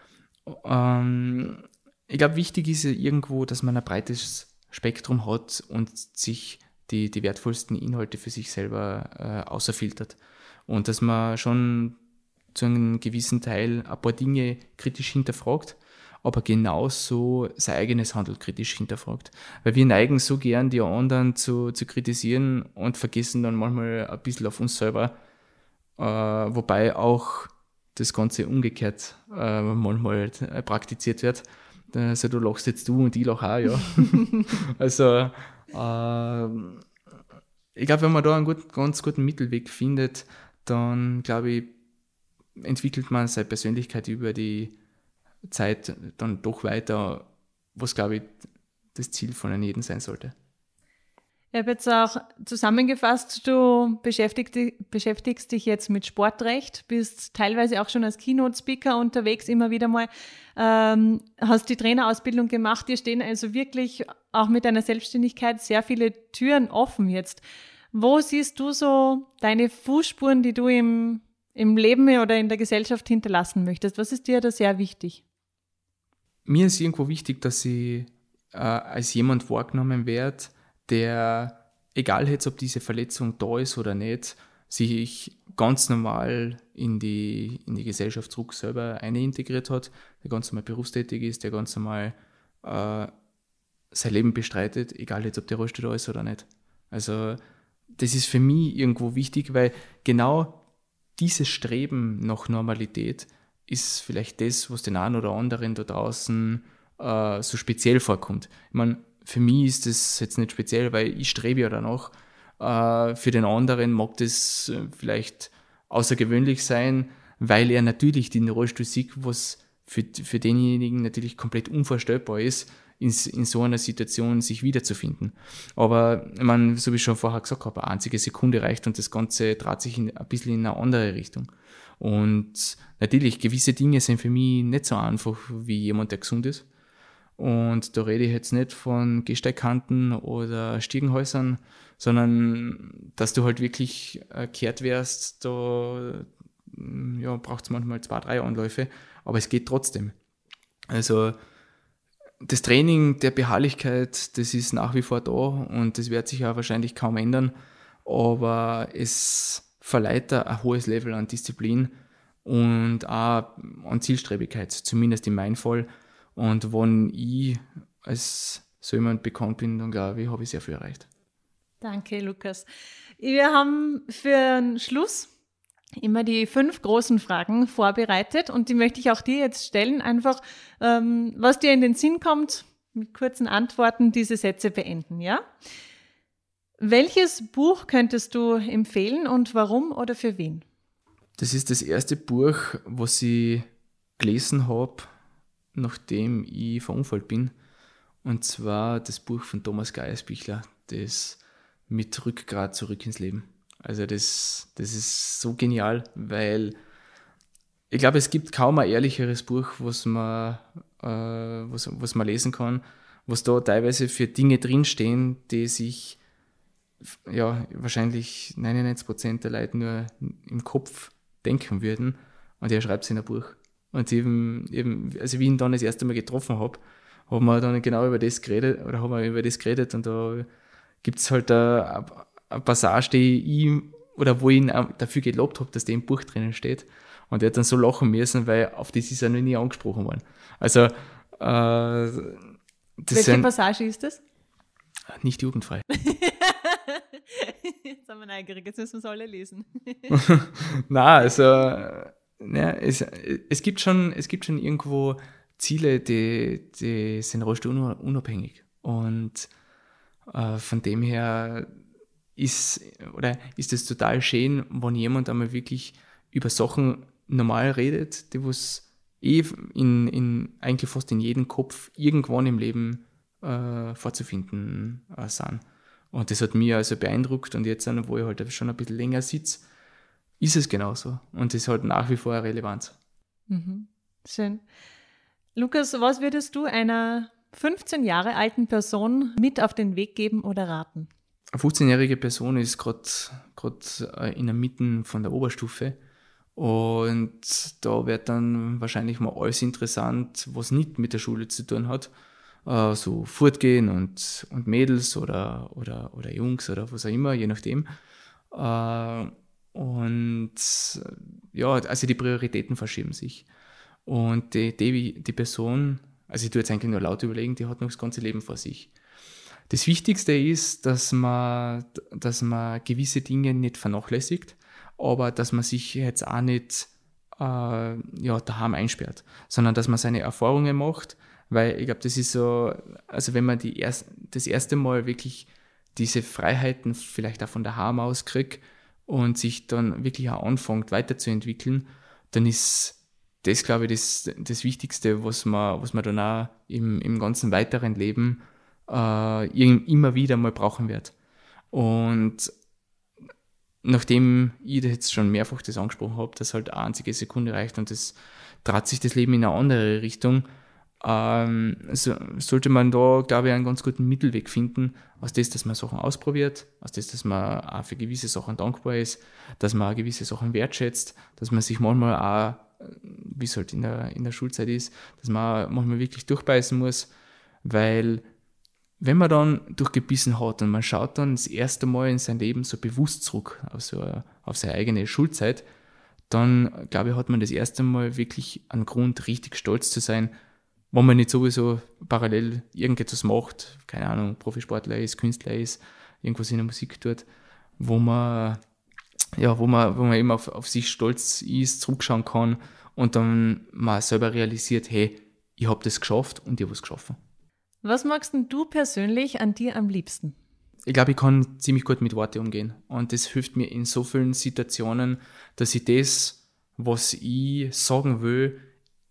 Speaker 1: Ähm, ich glaube, wichtig ist ja irgendwo, dass man ein breites Spektrum hat und sich die, die wertvollsten Inhalte für sich selber äh, außerfiltert. Und dass man schon zu einem gewissen Teil ein paar Dinge kritisch hinterfragt, aber genauso sein eigenes Handeln kritisch hinterfragt. Weil wir neigen so gern, die anderen zu, zu kritisieren und vergessen dann manchmal ein bisschen auf uns selber. Äh, wobei auch das Ganze umgekehrt äh, manchmal äh, praktiziert wird. Also du lachst jetzt du und ich lach auch, ja. Also äh, ich glaube, wenn man da einen gut, ganz guten Mittelweg findet, dann glaube ich, entwickelt man seine Persönlichkeit über die Zeit dann doch weiter, was, glaube ich, das Ziel von einem jeden sein sollte.
Speaker 2: Ich habe jetzt auch zusammengefasst, du beschäftigst, beschäftigst dich jetzt mit Sportrecht, bist teilweise auch schon als Keynote-Speaker unterwegs, immer wieder mal, ähm, hast die Trainerausbildung gemacht. Dir stehen also wirklich auch mit deiner Selbstständigkeit sehr viele Türen offen jetzt. Wo siehst du so deine Fußspuren, die du im, im Leben oder in der Gesellschaft hinterlassen möchtest? Was ist dir da sehr wichtig?
Speaker 1: Mir ist irgendwo wichtig, dass ich äh, als jemand wahrgenommen werde, der, egal jetzt, ob diese Verletzung da ist oder nicht, sich ganz normal in die, in die Gesellschaft zurück selber einintegriert hat, der ganz normal berufstätig ist, der ganz normal äh, sein Leben bestreitet, egal jetzt, ob der Rollstuhl da ist oder nicht. Also das ist für mich irgendwo wichtig, weil genau dieses Streben nach Normalität ist vielleicht das, was den einen oder anderen da draußen äh, so speziell vorkommt. Ich meine, für mich ist das jetzt nicht speziell, weil ich strebe ja danach. Äh, für den anderen mag das vielleicht außergewöhnlich sein, weil er natürlich den Rollstuhl sieht, was für, für denjenigen natürlich komplett unvorstellbar ist, in, in so einer Situation sich wiederzufinden. Aber ich meine, so wie ich schon vorher gesagt habe, eine einzige Sekunde reicht und das Ganze dreht sich in, ein bisschen in eine andere Richtung. Und natürlich, gewisse Dinge sind für mich nicht so einfach wie jemand, der gesund ist. Und da rede ich jetzt nicht von Gehsteigkanten oder Stiegenhäusern, sondern dass du halt wirklich kehrt wärst, da ja, braucht es manchmal zwei, drei Anläufe, aber es geht trotzdem. Also das Training der Beharrlichkeit, das ist nach wie vor da und das wird sich ja wahrscheinlich kaum ändern, aber es verleiht da ein hohes Level an Disziplin und auch an Zielstrebigkeit, zumindest in meinem Fall. Und wenn ich als so jemand bekannt bin, dann glaube ich, habe ich sehr viel erreicht.
Speaker 2: Danke, Lukas. Wir haben für den Schluss immer die fünf großen Fragen vorbereitet und die möchte ich auch dir jetzt stellen. Einfach, ähm, was dir in den Sinn kommt, mit kurzen Antworten diese Sätze beenden, ja? Welches Buch könntest du empfehlen und warum oder für wen?
Speaker 1: Das ist das erste Buch, was ich gelesen habe, nachdem ich verunfallt bin. Und zwar das Buch von Thomas Geiersbichler, das mit Rückgrat zurück ins Leben. Also das, das ist so genial, weil ich glaube, es gibt kaum ein ehrlicheres Buch, was man, äh, was, was man lesen kann, was da teilweise für Dinge drinstehen, die sich ja wahrscheinlich neunundneunzig Prozent der Leute nur im Kopf denken würden. Und er schreibt es in ein Buch. Und eben, eben, also wie ich ihn dann das erste Mal getroffen habe, haben wir dann genau über das geredet, oder haben wir über das geredet und da gibt es halt eine, eine Passage, die ich, oder wo ich ihn dafür gelobt habe, dass der im Buch drinnen steht. Und er hat dann so lachen müssen, weil auf das ist er noch nie angesprochen worden. Also, äh, das
Speaker 2: Welche
Speaker 1: sind,
Speaker 2: Passage ist das?
Speaker 1: Nicht jugendfrei.
Speaker 2: Jetzt sind wir neugierig, jetzt müssen wir es alle lesen.
Speaker 1: Nein, also, ja, es, es, gibt schon, es gibt schon irgendwo Ziele, die, die sind rollstuhlunabhängig. Und äh, von dem her ist, oder ist es total schön, wenn jemand einmal wirklich über Sachen normal redet, die was eh in, in, eigentlich fast in jedem Kopf irgendwann im Leben äh, vorzufinden äh, sind. Und das hat mich also beeindruckt und jetzt, wo ich halt schon ein bisschen länger sitze, ist es genauso. Und das hat nach wie vor eine Relevanz.
Speaker 2: Mhm. Schön. Lukas, was würdest du einer fünfzehn Jahre alten Person mit auf den Weg geben oder raten?
Speaker 1: Eine fünfzehnjährige Person ist gerade in der Mitte von der Oberstufe und da wird dann wahrscheinlich mal alles interessant, was nicht mit der Schule zu tun hat. Uh, so fortgehen und, und Mädels oder, oder, oder Jungs oder was auch immer, je nachdem. Uh, und ja, also die Prioritäten verschieben sich. Und die, die, die Person, also ich tue jetzt eigentlich nur laut überlegen, die hat noch das ganze Leben vor sich. Das Wichtigste ist, dass man, dass man gewisse Dinge nicht vernachlässigt, aber dass man sich jetzt auch nicht äh, ja, daheim einsperrt, sondern dass man seine Erfahrungen macht. Weil ich glaube, das ist so, also wenn man die erst, das erste Mal wirklich diese Freiheiten vielleicht auch von daheim aus kriegt und sich dann wirklich auch anfängt weiterzuentwickeln, dann ist das, glaube ich, das, das Wichtigste, was man, was man dann auch im, im ganzen weiteren Leben äh, immer wieder mal brauchen wird. Und nachdem ich das jetzt schon mehrfach das angesprochen habe, dass halt eine einzige Sekunde reicht und das dreht sich das Leben in eine andere Richtung, ähm, so, sollte man da, glaube ich, einen ganz guten Mittelweg finden, aus das, dass man Sachen ausprobiert, aus das, dass man auch für gewisse Sachen dankbar ist, dass man auch gewisse Sachen wertschätzt, dass man sich manchmal auch, wie es halt in der, in der Schulzeit ist, dass man auch manchmal wirklich durchbeißen muss, weil wenn man dann durchgebissen hat und man schaut dann das erste Mal in sein Leben so bewusst zurück auf, so, auf seine eigene Schulzeit, dann, glaube ich, hat man das erste Mal wirklich einen Grund, richtig stolz zu sein, wenn man nicht sowieso parallel irgendetwas macht, keine Ahnung, Profisportler ist, Künstler ist, irgendwas in der Musik tut, wo man, ja, wo man, wo man eben auf, auf sich stolz ist, zurückschauen kann und dann mal selber realisiert, hey, ich habe das geschafft und ich habe was geschaffen.
Speaker 2: Was magst denn du persönlich an dir am liebsten?
Speaker 1: Ich glaube, ich kann ziemlich gut mit Worten umgehen. Und das hilft mir in so vielen Situationen, dass ich das, was ich sagen will,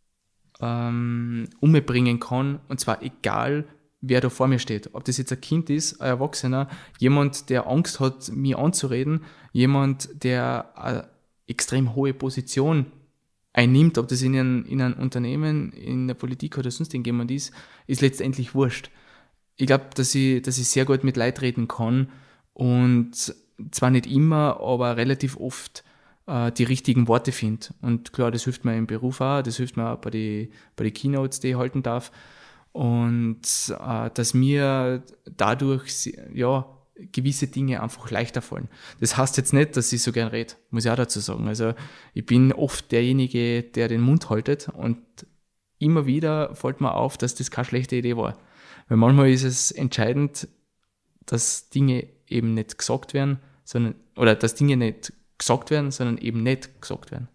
Speaker 1: ähm, umbringen kann. Und zwar egal, wer da vor mir steht. Ob das jetzt ein Kind ist, ein Erwachsener, jemand, der Angst hat, mich anzureden, jemand, der eine extrem hohe Position einnimmt, ob das in einem, in einem Unternehmen, in der Politik oder sonst irgendjemand ist, ist letztendlich wurscht. Ich glaube, dass ich, dass ich sehr gut mit Leuten reden kann und zwar nicht immer, aber relativ oft äh, die richtigen Worte finde. Und klar, das hilft mir im Beruf auch, das hilft mir auch bei den bei die Keynotes, die ich halten darf. Und äh, dass mir dadurch ja, gewisse Dinge einfach leichter fallen. Das heißt jetzt nicht, dass ich so gern rede, muss ich auch dazu sagen. Also ich bin oft derjenige, der den Mund haltet und immer wieder fällt mir auf, dass das keine schlechte Idee war. Weil manchmal ist es entscheidend, dass Dinge eben nicht gesagt werden, sondern, oder dass Dinge nicht gesagt werden, sondern eben nicht gesagt werden.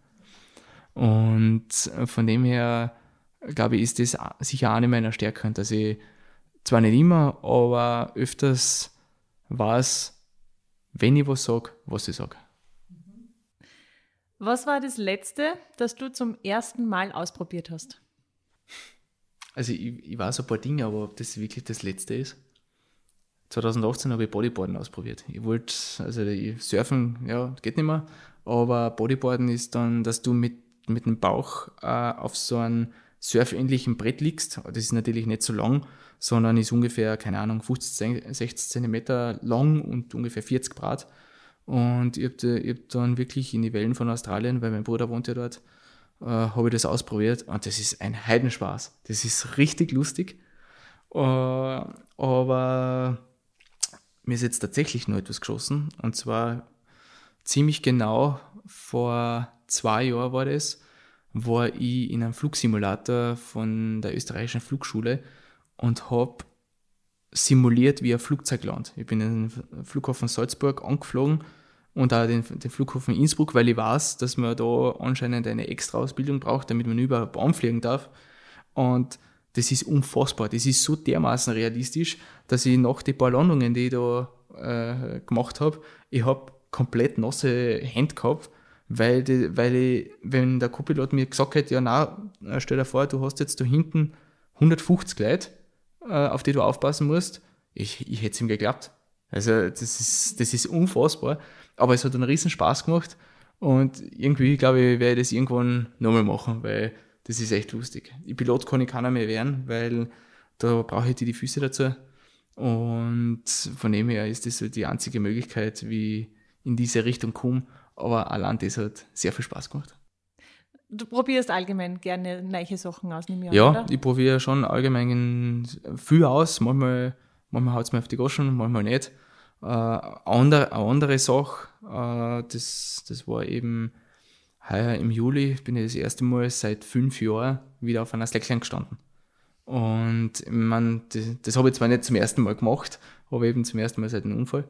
Speaker 1: Und von dem her, glaube ich, ist das sicher eine meiner Stärken, dass ich zwar nicht immer, aber öfters weiß, wenn ich was sage, was ich sage.
Speaker 2: Was war das Letzte, das du zum ersten Mal ausprobiert hast?
Speaker 1: Also ich, ich weiß ein paar Dinge, aber ob das wirklich das Letzte ist. zwanzig achtzehn habe ich Bodyboarden ausprobiert. Ich wollte, also ich surfen, ja, geht nicht mehr, aber Bodyboarden ist dann, dass du mit, mit dem Bauch äh, auf so einem surfähnlichen Brett liegst. Das ist natürlich nicht so lang, sondern ist ungefähr, keine Ahnung, fünfzig, sechzig Zentimeter lang und ungefähr vierzig Grad. Und ich habe hab dann wirklich in die Wellen von Australien, weil mein Bruder wohnt ja dort, äh, habe ich das ausprobiert und das ist ein Heidenspaß. Das ist richtig lustig. Uh, aber mir ist jetzt tatsächlich nur etwas geschossen und zwar ziemlich genau vor zwei Jahren war das, war ich in einem Flugsimulator von der österreichischen Flugschule und habe simuliert, wie ein Flugzeug landet. Ich bin in den Flughafen Salzburg angeflogen und auch den, den Flughafen Innsbruck, weil ich weiß, dass man da anscheinend eine extra Ausbildung braucht, damit man überhaupt anfliegen darf. Und das ist unfassbar. Das ist so dermaßen realistisch, dass ich nach den paar Landungen, die ich da äh, gemacht habe, ich habe komplett nasse Hände gehabt, weil, die, weil ich, wenn der Co-Pilot mir gesagt hätte, ja na, stell dir vor, du hast jetzt da hinten hundertfünfzig Leute, äh, auf die du aufpassen musst, ich, ich hätte es ihm geglaubt. Also das ist, das ist unfassbar, aber es hat einen riesen Spaß gemacht und irgendwie, glaube ich, werde ich das irgendwann nochmal machen, weil das ist echt lustig. Die Pilot kann ich keiner mehr werden, weil da brauche ich die, die Füße dazu. Und von dem her ist das halt die einzige Möglichkeit, wie ich in diese Richtung komme. Aber allein das hat sehr viel Spaß gemacht.
Speaker 2: Du probierst allgemein gerne neue Sachen aus, nehme ich an,
Speaker 1: ja,
Speaker 2: oder?
Speaker 1: Ich probiere schon allgemein viel aus. Manchmal, manchmal haut es mir auf die Goschen, manchmal nicht. Äh, andere, eine andere Sache, äh, das, das war eben heuer im Juli, bin ich das erste Mal seit fünf Jahren wieder auf einer Slackline gestanden. Und ich mein, das, das habe ich zwar nicht zum ersten Mal gemacht, aber eben zum ersten Mal seit dem Unfall.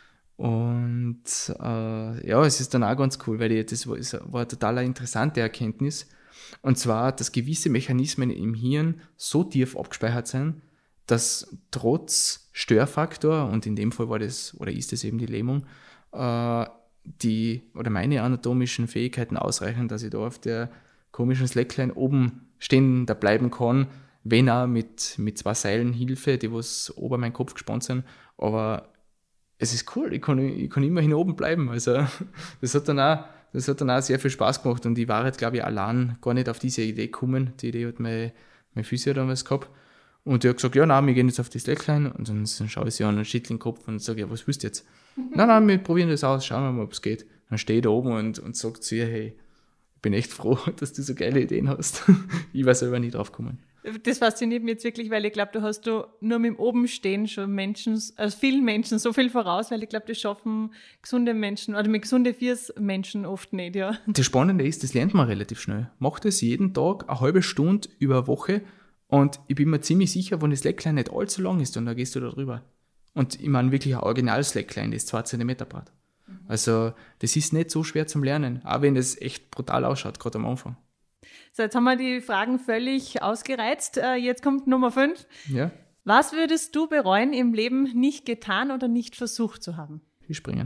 Speaker 1: Und äh, ja, es ist dann auch ganz cool, weil ich, das war, war eine total interessante Erkenntnis. Und zwar, dass gewisse Mechanismen im Hirn so tief abgespeichert sind, dass trotz Störfaktor, und in dem Fall war das, oder ist das eben die Lähmung, äh, die oder meine anatomischen Fähigkeiten ausreichen, dass ich da auf der komischen Slackline oben stehen da bleiben kann, wenn auch mit, mit zwei Seilen Hilfe, die was ober meinen Kopf gespannt sind. Aber es ist cool, ich kann, ich kann immerhin oben bleiben. Also das hat dann auch, das hat dann auch sehr viel Spaß gemacht und ich war halt, glaube ich, allein gar nicht auf diese Idee gekommen. Die Idee hat mein, mein Physio damals gehabt. Und der hat gesagt, ja, nein, wir gehen jetzt auf die Slackline. Und dann, dann schaue ich sie an und schüttle den Kopf und sage, ja, was willst du jetzt? nein, nein, wir probieren das aus, schauen wir mal, ob es geht. Dann stehe ich da oben und, und sage zu ihr, hey, ich bin echt froh, dass du so geile Ideen hast. Ich war selber nie drauf gekommen.
Speaker 2: Das fasziniert mich jetzt wirklich, weil ich glaube, du hast du nur mit dem Obenstehen schon Menschen, also vielen Menschen so viel voraus, weil ich glaube, das schaffen gesunde Menschen oder mit gesunde Viers Menschen oft nicht, ja.
Speaker 1: Das Spannende ist, das lernt man relativ schnell. Mach das jeden Tag eine halbe Stunde über eine Woche und ich bin mir ziemlich sicher, wenn das Slackline nicht allzu lang ist, und dann gehst du da drüber. Und ich meine wirklich ein Original-Slackline, das zwei Zentimeter breit. Also das ist nicht so schwer zum Lernen, auch wenn das echt brutal ausschaut, gerade am Anfang.
Speaker 2: So, jetzt haben wir die Fragen völlig ausgereizt. Jetzt kommt Nummer fünf.
Speaker 1: Ja.
Speaker 2: Was würdest du bereuen, im Leben nicht getan oder nicht versucht zu haben?
Speaker 1: Skispringen.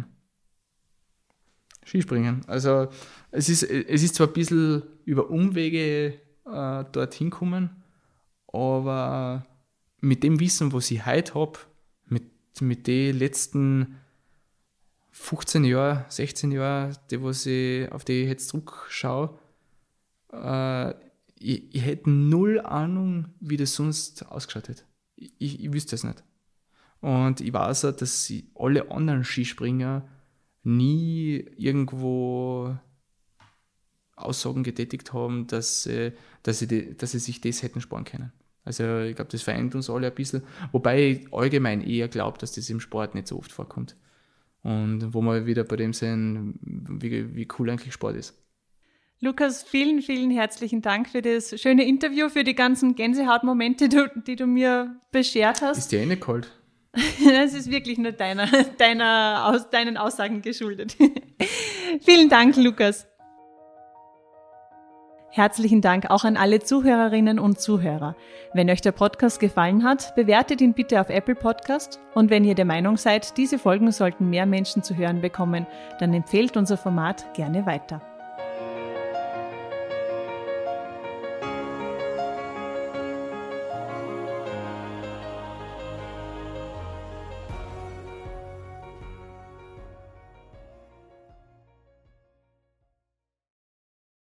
Speaker 1: Skispringen. Also es ist, es ist zwar ein bisschen über Umwege äh, dorthin gekommen, aber mit dem Wissen, was ich heute habe, mit, mit den letzten fünfzehn Jahren, sechzehn Jahren, die, was ich, auf die ich jetzt zurückschaue, äh, ich, ich hätte null Ahnung, wie das sonst ausgeschaut hätte. Ich, ich, ich wüsste es nicht. Und ich weiß auch, dass sie alle anderen Skispringer nie irgendwo Aussagen getätigt haben, dass, äh, dass, sie die, dass sie sich das hätten sparen können. Also ich glaube, das vereint uns alle ein bisschen. Wobei ich allgemein eher glaube, dass das im Sport nicht so oft vorkommt. Und wo wir wieder bei dem sind, wie, wie cool eigentlich Sport ist.
Speaker 2: Lukas, vielen, vielen herzlichen Dank für das schöne Interview, für die ganzen Gänsehautmomente, die, die du mir beschert hast.
Speaker 1: Ist dir eh nicht kalt?
Speaker 2: Das ist wirklich nur deiner, deiner, aus, deinen Aussagen geschuldet. Vielen Dank, Lukas. Herzlichen Dank auch an alle Zuhörerinnen und Zuhörer. Wenn euch der Podcast gefallen hat, bewertet ihn bitte auf Apple Podcast. Und wenn ihr der Meinung seid, diese Folgen sollten mehr Menschen zu hören bekommen, dann empfehlt unser Format gerne weiter.